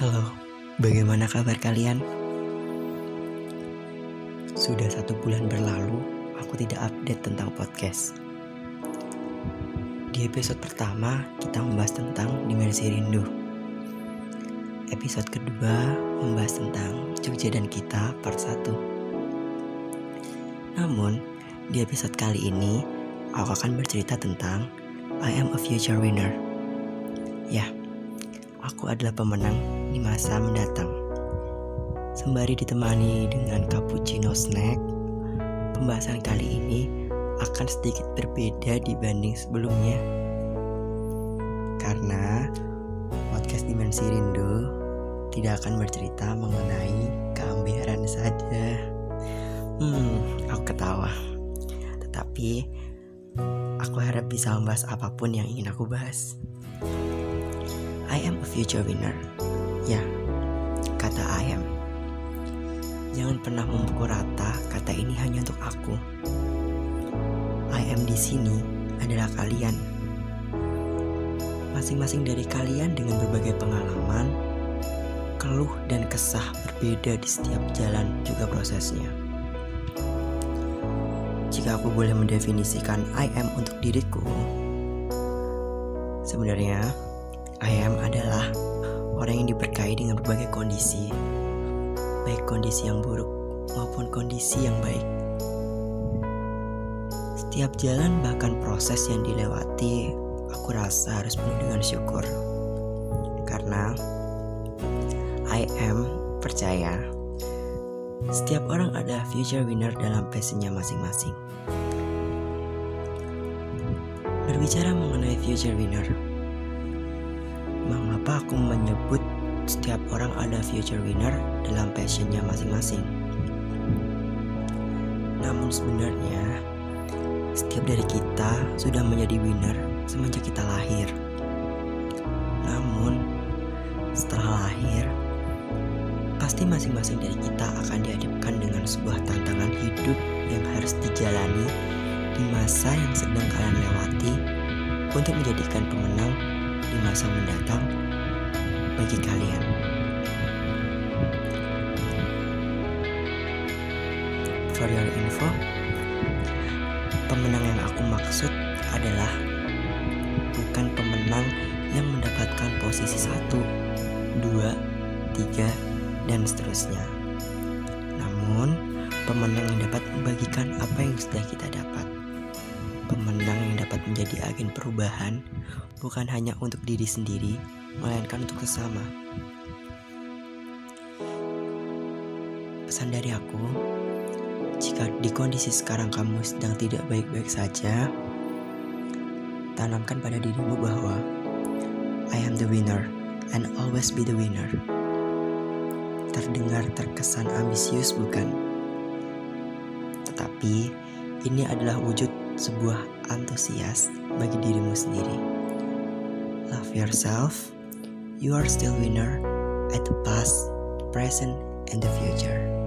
Halo, bagaimana kabar kalian? Sudah 1 bulan berlalu, aku tidak update tentang podcast. Di episode pertama, kita membahas tentang dimensi rindu. Episode kedua, membahas tentang Jogja dan Kita part 1. Namun, di episode kali ini, aku akan bercerita tentang I am a future winner. Ya, aku adalah pemenang di masa mendatang. Sembari ditemani dengan cappuccino snack, pembahasan kali ini akan sedikit berbeda dibanding sebelumnya. Karena podcast Dimensi Rindu tidak akan bercerita mengenai keambiaran saja. Aku ketawa. Tetapi aku harap bisa membahas apapun yang ingin aku bahas. I am a future winner. Ya, kata I am. Jangan pernah memukul rata kata ini hanya untuk aku. I am di sini adalah kalian. Masing-masing dari kalian dengan berbagai pengalaman, keluh dan kesah berbeda di setiap jalan juga prosesnya. Jika aku boleh mendefinisikan I am untuk diriku, sebenarnya I am adalah orang yang diberkahi dengan berbagai kondisi, baik kondisi yang buruk maupun kondisi yang baik. Setiap jalan bahkan proses yang dilewati, aku rasa harus penuh dengan syukur. Karena I am percaya setiap orang adalah future winner dalam passionnya masing-masing. Berbicara mengenai future winner, mengapa aku menyebut setiap orang ada future winner dalam passionnya masing-masing? Namun sebenarnya setiap dari kita sudah menjadi winner semenjak kita lahir. Namun setelah lahir, pasti masing-masing dari kita akan dihadapkan dengan sebuah tantangan hidup yang harus dijalani di masa yang sedang kalian lewati untuk menjadikan pemenang di masa mendatang bagi kalian. For your info, pemenang yang aku maksud adalah bukan pemenang yang mendapatkan posisi 1, 2, 3, dan seterusnya. Namun, pemenang yang dapat membagikan apa yang sudah kita dapat. Pemenang yang dapat menjadi agen perubahan bukan hanya untuk diri sendiri, melainkan untuk sesama. Pesan dari aku, jika di kondisi sekarang kamu sedang tidak baik-baik saja, tanamkan pada dirimu bahwa I am the winner and always be the winner. Terdengar terkesan ambisius bukan? Tetapi ini adalah wujud sebuah antusias bagi dirimu sendiri. Love yourself. You are still winner at the past, present, and the future.